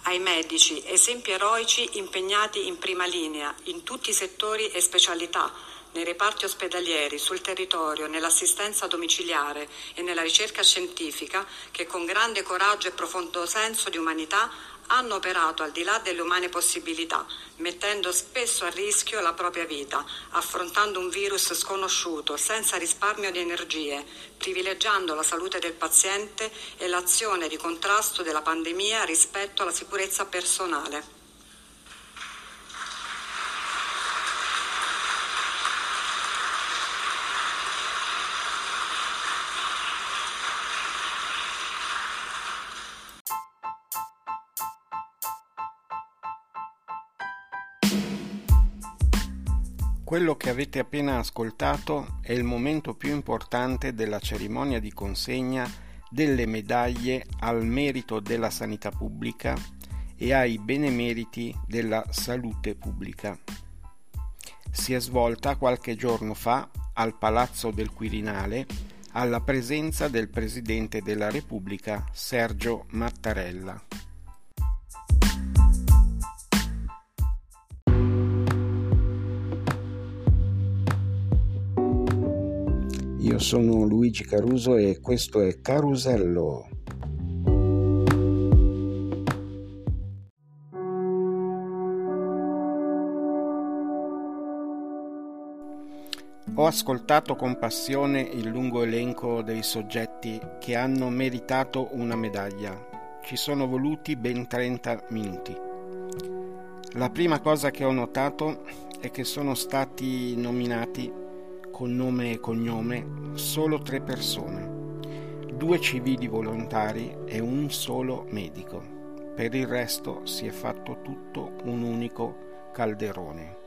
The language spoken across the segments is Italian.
ai medici, esempi eroici impegnati in prima linea, in tutti i settori e specialità, nei reparti ospedalieri, sul territorio, nell'assistenza domiciliare e nella ricerca scientifica, che con grande coraggio e profondo senso di umanità hanno operato al di là delle umane possibilità, mettendo spesso a rischio la propria vita, affrontando un virus sconosciuto, senza risparmio di energie, privilegiando la salute del paziente e l'azione di contrasto della pandemia rispetto alla sicurezza personale. Quello che avete appena ascoltato è il momento più importante della cerimonia di consegna delle medaglie al merito della sanità pubblica e ai benemeriti della salute pubblica. Si è svolta qualche giorno fa al Palazzo del Quirinale alla presenza del Presidente della Repubblica Sergio Mattarella. Io sono Luigi Caruso e questo è Carusello. Ho ascoltato con passione il lungo elenco dei soggetti che hanno meritato una medaglia. Ci sono voluti ben 30 minuti. La prima cosa che ho notato è che sono stati nominati con nome e cognome solo 3 persone, 2 civili volontari e un solo medico. Per il resto si è fatto tutto un unico calderone.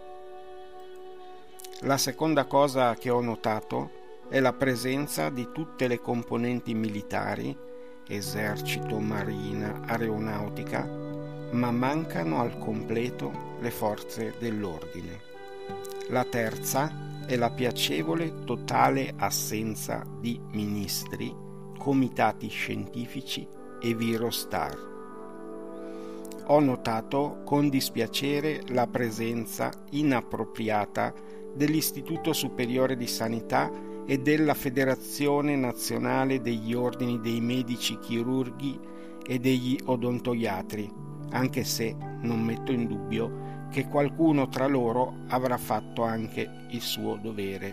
La seconda cosa che ho notato è la presenza di tutte le componenti militari, esercito, marina, aeronautica, ma mancano al completo le forze dell'ordine. La terza è la piacevole totale assenza di ministri, comitati scientifici e virostar. Ho notato con dispiacere la presenza inappropriata dell'Istituto Superiore di Sanità e della Federazione Nazionale degli Ordini dei Medici Chirurghi e degli Odontoiatri, anche se non metto in dubbio che qualcuno tra loro avrà fatto anche il suo dovere.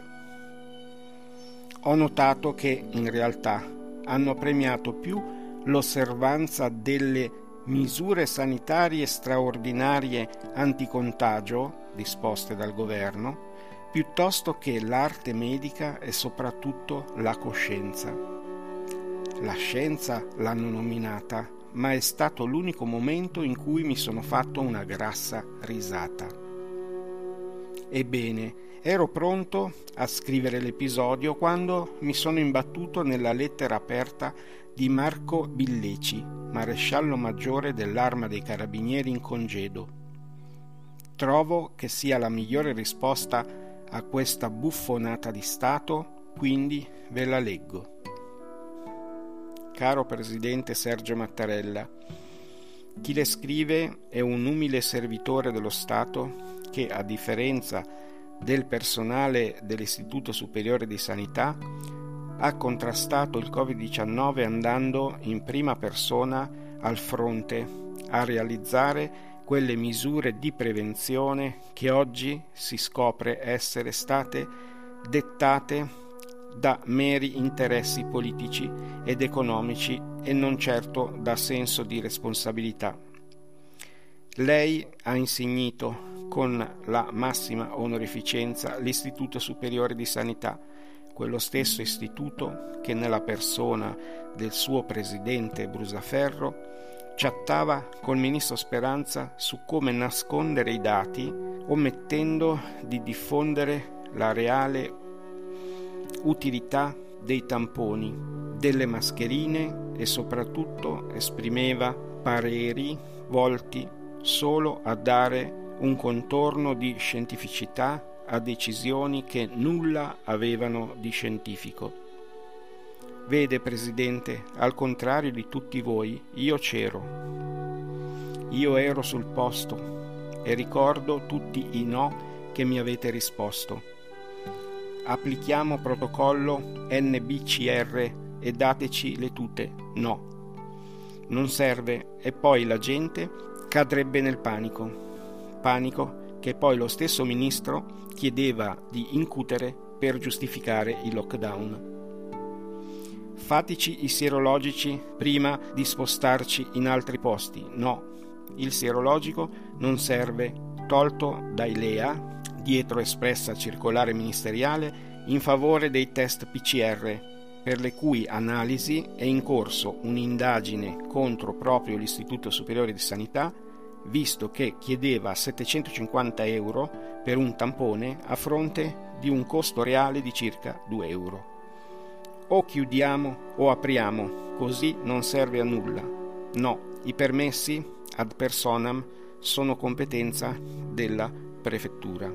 Ho notato che in realtà hanno premiato più l'osservanza delle misure sanitarie straordinarie anticontagio disposte dal governo, piuttosto che l'arte medica e soprattutto la coscienza. La scienza l'hanno nominata, ma è stato l'unico momento in cui mi sono fatto una grassa risata. Ebbene, ero pronto a scrivere l'episodio quando mi sono imbattuto nella lettera aperta di Marco Billeci, maresciallo maggiore dell'Arma dei Carabinieri in congedo. Trovo che sia la migliore risposta a questa buffonata di Stato, quindi ve la leggo. Caro Presidente Sergio Mattarella, chi le scrive è un umile servitore dello Stato che, a differenza del personale dell'Istituto Superiore di Sanità, ha contrastato il Covid-19 andando in prima persona al fronte a realizzare quelle misure di prevenzione che oggi si scopre essere state dettate da meri interessi politici ed economici e non certo da senso di responsabilità. Lei ha insignito con la massima onorificenza l'Istituto Superiore di Sanità, quello stesso istituto che nella persona del suo presidente Brusaferro chattava col ministro Speranza su come nascondere i dati, omettendo di diffondere la reale utilità dei tamponi, delle mascherine e soprattutto esprimeva pareri volti solo a dare un contorno di scientificità a decisioni che nulla avevano di scientifico. Vede, Presidente, al contrario di tutti voi, io c'ero. io ero sul posto e ricordo tutti i no che mi avete risposto. Applichiamo protocollo NBCR e dateci le tute. No. Non serve, e poi la gente cadrebbe nel panico che poi lo stesso ministro chiedeva di incutere per giustificare il lockdown. Fateci i sierologici prima di spostarci in altri posti. No, il sierologico non serve, tolto dai LEA, dietro espressa circolare ministeriale in favore dei test PCR, per le cui analisi è in corso un'indagine contro proprio l'Istituto Superiore di Sanità, visto che chiedeva 750 euro per un tampone a fronte di un costo reale di circa 2 euro. O chiudiamo o apriamo, così non serve a nulla. No, i permessi ad personam sono competenza della prefettura.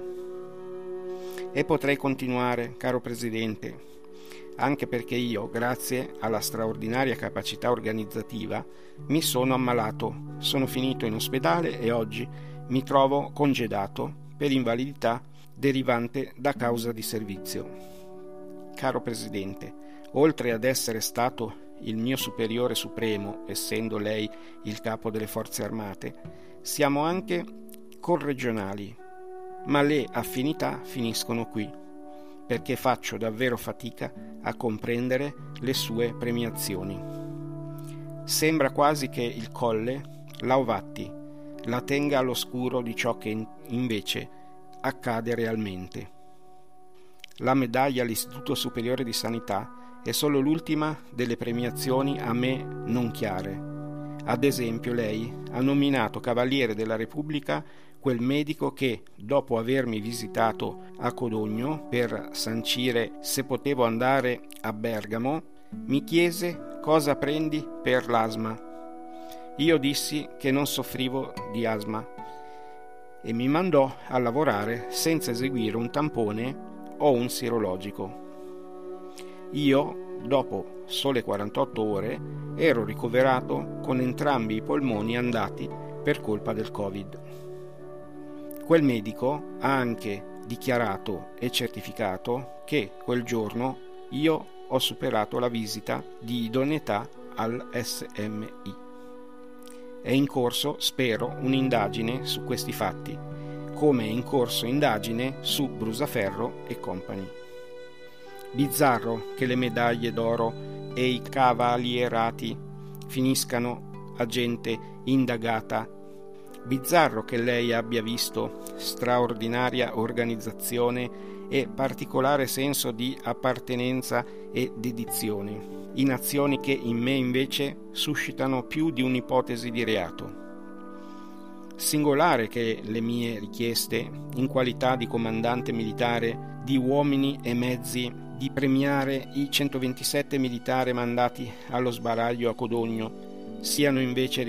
E potrei continuare, caro Presidente, anche perché io, grazie alla straordinaria capacità organizzativa, mi sono ammalato, sono finito in ospedale e oggi mi trovo congedato per invalidità derivante da causa di servizio. Caro Presidente, oltre ad essere stato il mio superiore supremo, essendo lei il capo delle forze armate, siamo anche corregionali, ma le affinità finiscono qui, perché faccio davvero fatica a comprendere le sue premiazioni. Sembra quasi che il Colle, Lauvatti, la tenga all'oscuro di ciò che invece accade realmente. La medaglia all'Istituto Superiore di Sanità è solo l'ultima delle premiazioni a me non chiare. Ad esempio, lei ha nominato Cavaliere della Repubblica quel medico che, dopo avermi visitato a Codogno per sancire se potevo andare a Bergamo, mi chiese cosa prendi per l'asma. Io dissi che non soffrivo di asma e mi mandò a lavorare senza eseguire un tampone o un sierologico. Io, dopo sole 48 ore, ero ricoverato con entrambi i polmoni andati per colpa del Covid. Quel medico ha anche dichiarato e certificato che quel giorno io ho superato la visita di idoneità al SMI. È in corso, spero, un'indagine su questi fatti, come è in corso indagine su Brusaferro e compagni. Bizzarro che le medaglie d'oro e i cavalierati finiscano a gente indagata. Bizzarro che lei abbia visto straordinaria organizzazione e particolare senso di appartenenza e dedizione in azioni che in me invece suscitano più di un'ipotesi di reato. Singolare che le mie richieste, in qualità di comandante militare di uomini e mezzi, di premiare i 127 militari mandati allo sbaraglio a Codogno, siano invece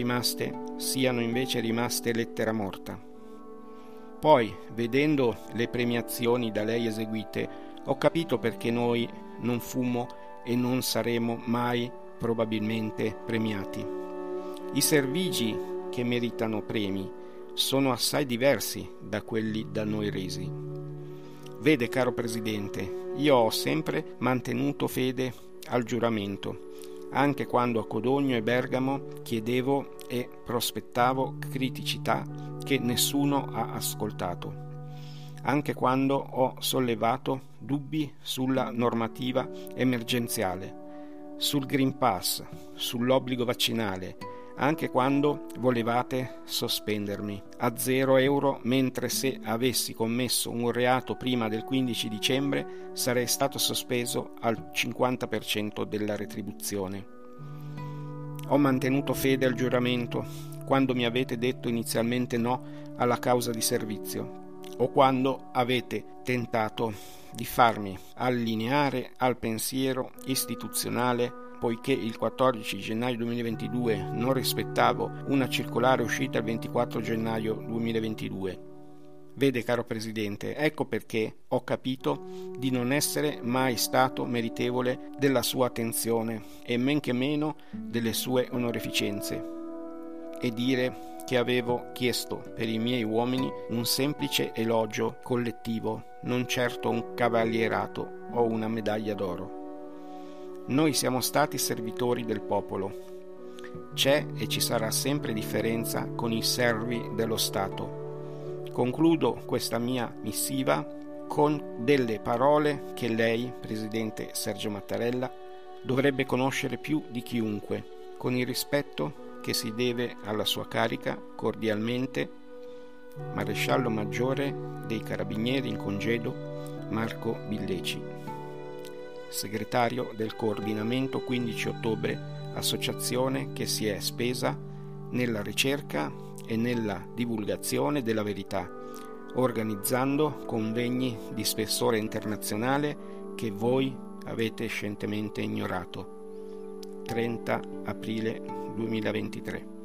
rimaste lettera morta. Poi, vedendo le premiazioni da lei eseguite, ho capito perché noi non fummo e non saremo mai probabilmente premiati. I servigi che meritano premi sono assai diversi da quelli da noi resi. Vede, caro Presidente, io ho sempre mantenuto fede al giuramento, anche quando a Codogno e Bergamo chiedevo e prospettavo criticità che nessuno ha ascoltato, anche quando ho sollevato dubbi sulla normativa emergenziale, sul Green Pass, sull'obbligo vaccinale, anche quando volevate sospendermi a 0 euro, mentre se avessi commesso un reato prima del 15 dicembre sarei stato sospeso al 50% della retribuzione. Ho mantenuto fede al giuramento quando mi avete detto inizialmente no alla causa di servizio o quando avete tentato di farmi allineare al pensiero istituzionale, poiché il 14 gennaio 2022 non rispettavo una circolare uscita il 24 gennaio 2022. Vede, caro Presidente, ecco perché ho capito di non essere mai stato meritevole della sua attenzione e men che meno delle sue onorificenze. e dire che avevo chiesto per i miei uomini un semplice elogio collettivo, non certo un cavalierato o una medaglia d'oro. Noi siamo stati servitori del popolo. C'è e ci sarà sempre differenza con i servi dello Stato. Concludo questa mia missiva con delle parole che lei, Presidente Sergio Mattarella, dovrebbe conoscere più di chiunque, con il rispetto che si deve alla sua carica. Cordialmente, Maresciallo Maggiore dei Carabinieri in congedo Marco Billeci, segretario del Coordinamento 15 ottobre, associazione che si è spesa nella ricerca e nella divulgazione della verità, organizzando convegni di spessore internazionale che voi avete scientemente ignorato. 30 aprile 2023.